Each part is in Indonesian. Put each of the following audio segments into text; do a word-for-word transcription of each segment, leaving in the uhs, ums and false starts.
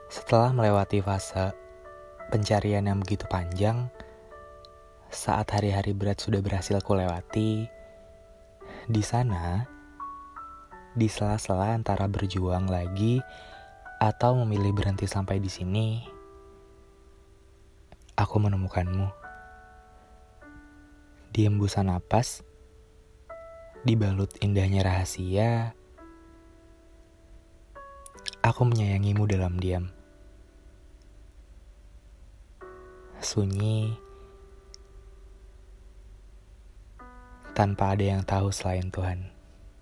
Setelah melewati fase pencarian yang begitu panjang, saat hari-hari berat sudah berhasil kulewati, di sana, di sela-sela antara berjuang lagi atau memilih berhenti sampai di sini, aku menemukanmu. Di hembusan napas, dibalut indahnya rahasia, aku menyayangimu dalam diam. Sunyi, tanpa ada yang tahu selain Tuhan.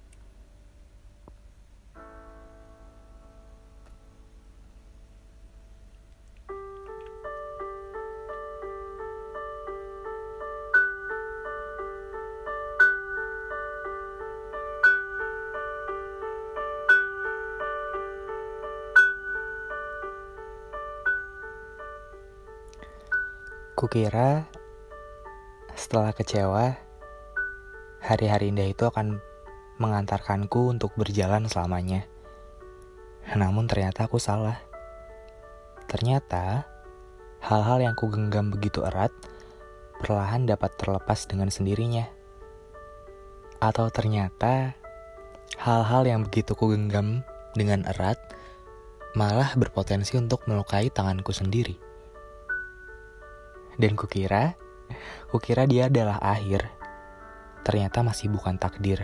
Kukira setelah kecewa, hari-hari indah itu akan mengantarkanku untuk berjalan selamanya. Namun ternyata aku salah. Ternyata hal-hal yang kugenggam begitu erat perlahan dapat terlepas dengan sendirinya. Atau ternyata hal-hal yang begitu kugenggam dengan erat malah berpotensi untuk melukai tanganku sendiri. Dan kukira, kukira dia adalah akhir. Ternyata masih bukan takdir.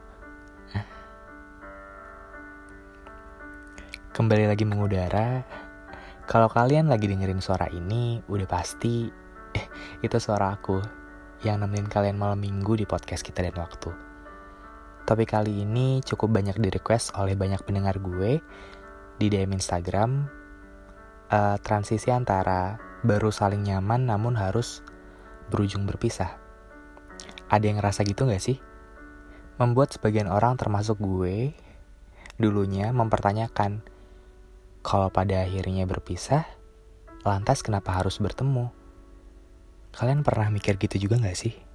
Kembali lagi mengudara. Kalau kalian lagi dengerin suara ini, udah pasti eh, itu suara aku yang nemenin kalian malam minggu di podcast Kita dan Waktu. Topik kali ini cukup banyak di request oleh banyak pendengar gue di D M Instagram. Uh, transisi antara baru saling nyaman namun harus berujung berpisah. Ada yang ngerasa gitu gak sih? Membuat sebagian orang termasuk gue dulunya mempertanyakan, kalau pada akhirnya berpisah, lantas kenapa harus bertemu? Kalian pernah mikir gitu juga gak sih?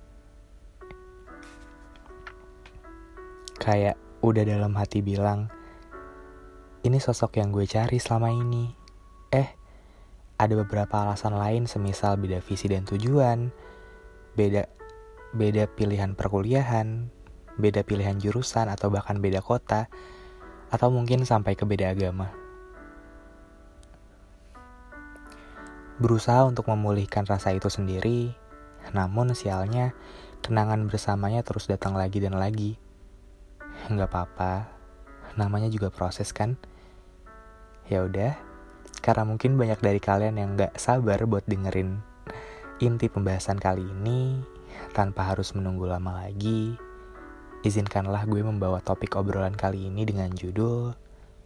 Kayak udah dalam hati bilang, ini sosok yang gue cari selama ini. Eh, ada beberapa alasan lain semisal beda visi dan tujuan, beda beda pilihan perkuliahan, beda pilihan jurusan atau bahkan beda kota, atau mungkin sampai ke beda agama. Berusaha untuk memulihkan rasa itu sendiri, namun sialnya kenangan bersamanya terus datang lagi dan lagi. Nggak apa-apa, namanya juga proses kan. Ya udah. Karena mungkin banyak dari kalian yang gak sabar buat dengerin inti pembahasan kali ini, tanpa harus menunggu lama lagi, izinkanlah gue membawa topik obrolan kali ini dengan judul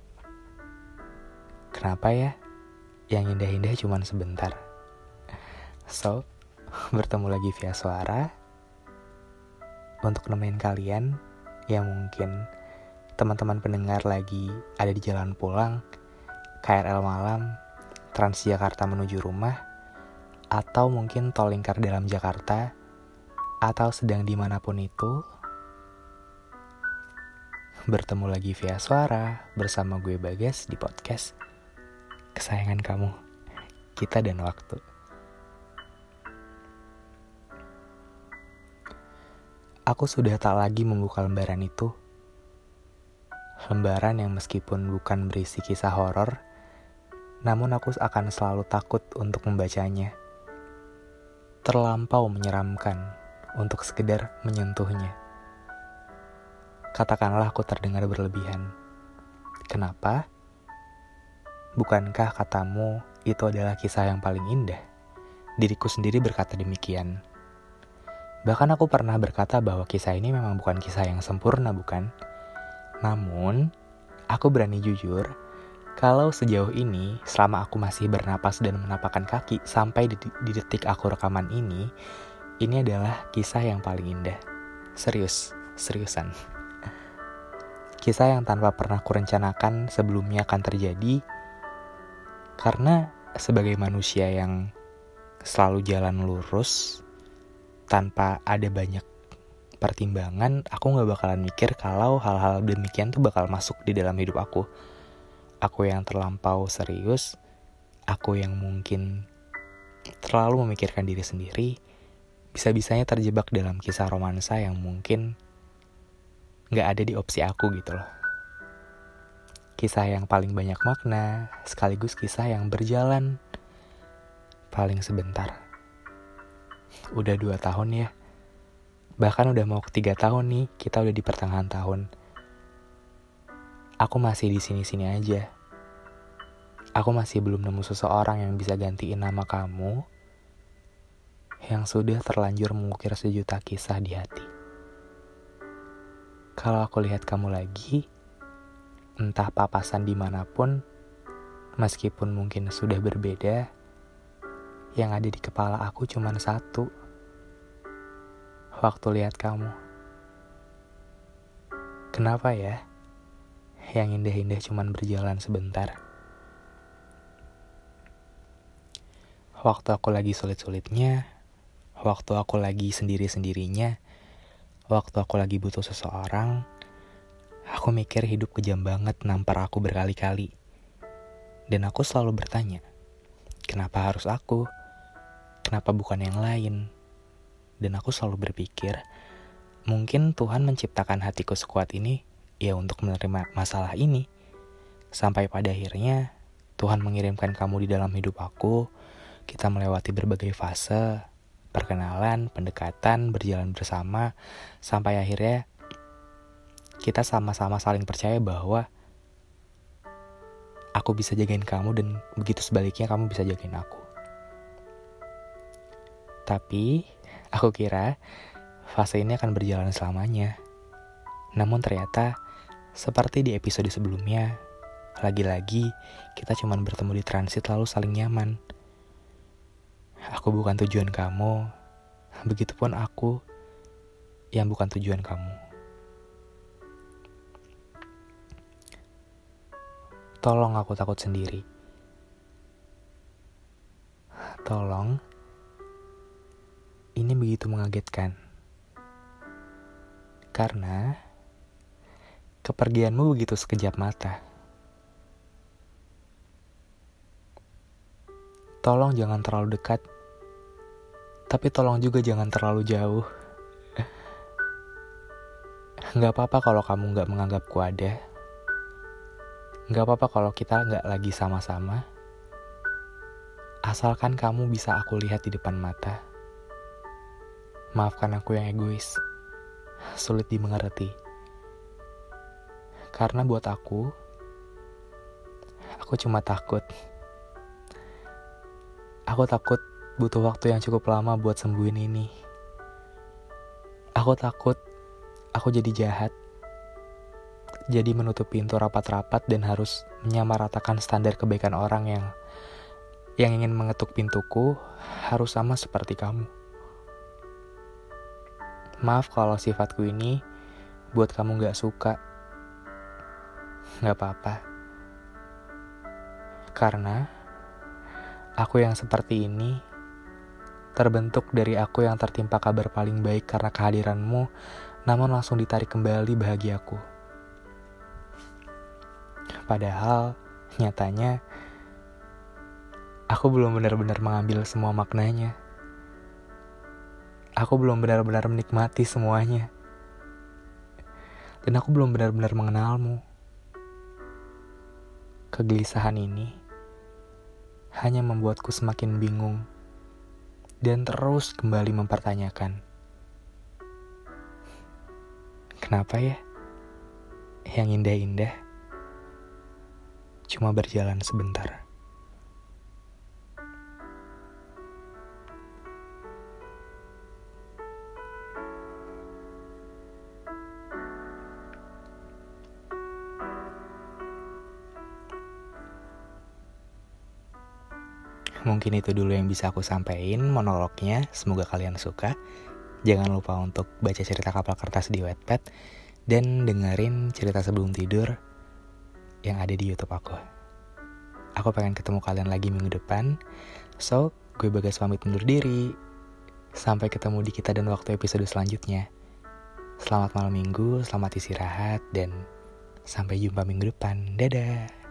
Kenapa ya? Yang indah-indah cuman sebentar. So, bertemu lagi via suara untuk nemenin kalian yang mungkin teman-teman pendengar lagi ada di jalan pulang, K R L malam, Transjakarta menuju rumah, atau mungkin tol lingkar dalam Jakarta, atau sedang dimanapun itu, bertemu lagi via suara bersama gue Bagas di podcast kesayangan kamu, Kita dan Waktu. Aku sudah tak lagi membuka lembaran itu, lembaran yang meskipun bukan berisi kisah horor, namun aku akan selalu takut untuk membacanya. Terlampau menyeramkan untuk sekedar menyentuhnya. Katakanlah aku terdengar berlebihan. Kenapa? Bukankah katamu itu adalah kisah yang paling indah? Diriku sendiri berkata demikian. Bahkan aku pernah berkata bahwa kisah ini memang bukan kisah yang sempurna, bukan? Namun, aku berani jujur, kalau sejauh ini, selama aku masih bernapas dan menapakkan kaki sampai di, di detik aku rekaman ini, ini adalah kisah yang paling indah. Serius, seriusan. Kisah yang tanpa pernah kurencanakan sebelumnya akan terjadi, karena sebagai manusia yang selalu jalan lurus, tanpa ada banyak pertimbangan, aku gak bakalan mikir kalau hal-hal demikian tuh bakal masuk di dalam hidup aku. Aku yang terlampau serius, Aku yang mungkin terlalu memikirkan diri sendiri, bisa-bisanya terjebak dalam kisah romansa yang mungkin gak ada di opsi aku gitu loh. Kisah yang paling banyak makna, sekaligus kisah yang berjalan paling sebentar. Udah dua tahun ya. Bahkan udah mau ketiga tahun nih, kita udah di pertengahan tahun. Aku masih di sini-sini aja. Aku masih belum nemu seseorang yang bisa gantiin nama kamu yang sudah terlanjur mengukir sejuta kisah di hati. Kalau aku lihat kamu lagi, entah papasan dimanapun, meskipun mungkin sudah berbeda, yang ada di kepala aku cuma satu. Waktu lihat kamu. Kenapa ya? Yang indah-indah cuma berjalan sebentar. Waktu aku lagi sulit-sulitnya, waktu aku lagi sendiri-sendirinya, waktu aku lagi butuh seseorang, aku mikir hidup kejam banget nampar aku berkali-kali. Dan aku selalu bertanya, kenapa harus aku? Kenapa bukan yang lain? Dan aku selalu berpikir, mungkin Tuhan menciptakan hatiku sekuat ini ya untuk menerima masalah ini. Sampai pada akhirnya Tuhan mengirimkan kamu di dalam hidup aku. Kita melewati berbagai fase, perkenalan, pendekatan, berjalan bersama, sampai akhirnya kita sama-sama saling percaya bahwa aku bisa jagain kamu dan begitu sebaliknya kamu bisa jagain aku. Tapi aku kira fase ini akan berjalan selamanya. Namun ternyata seperti di episode sebelumnya, lagi-lagi kita cuma bertemu di transit lalu saling nyaman. Aku bukan tujuan kamu, begitupun aku yang bukan tujuan kamu. Tolong aku takut sendiri. Tolong, ini begitu mengagetkan. Karena kepergianmu begitu sekejap mata. Tolong jangan terlalu dekat, tapi tolong juga jangan terlalu jauh. Gak apa-apa kalau kamu gak menganggapku ada. Gak apa-apa kalau kita gak lagi sama-sama. Asalkan kamu bisa aku lihat di depan mata. Maafkan aku yang egois, sulit dimengerti. Karena buat aku, aku cuma takut. Aku takut butuh waktu yang cukup lama buat sembuhin ini. Aku takut aku jadi jahat. Jadi menutup pintu rapat-rapat dan harus menyamaratakan standar kebaikan orang yang yang ingin mengetuk pintuku harus sama seperti kamu. Maaf kalau sifatku ini buat kamu gak suka. Gak apa-apa. Karena aku yang seperti ini terbentuk dari aku yang tertimpa kabar paling baik karena kehadiranmu, namun langsung ditarik kembali bahagiaku. Padahal nyatanya aku belum benar-benar mengambil semua maknanya. Aku belum benar-benar menikmati semuanya. Dan aku belum benar-benar mengenalmu. Kegelisahan ini hanya membuatku semakin bingung dan terus kembali mempertanyakan. Kenapa ya? Yang indah-indah cuma berjalan sebentar. Mungkin itu dulu yang bisa aku sampaikan monolognya. Semoga kalian suka. Jangan lupa untuk baca cerita Kapal Kertas di Wattpad dan dengerin cerita sebelum tidur yang ada di YouTube aku. Aku pengen ketemu kalian lagi minggu depan. So, gue Bagas pamit undur diri. Sampai ketemu di Kita dan Waktu episode selanjutnya. Selamat malam minggu, selamat istirahat, dan sampai jumpa minggu depan. Dadah.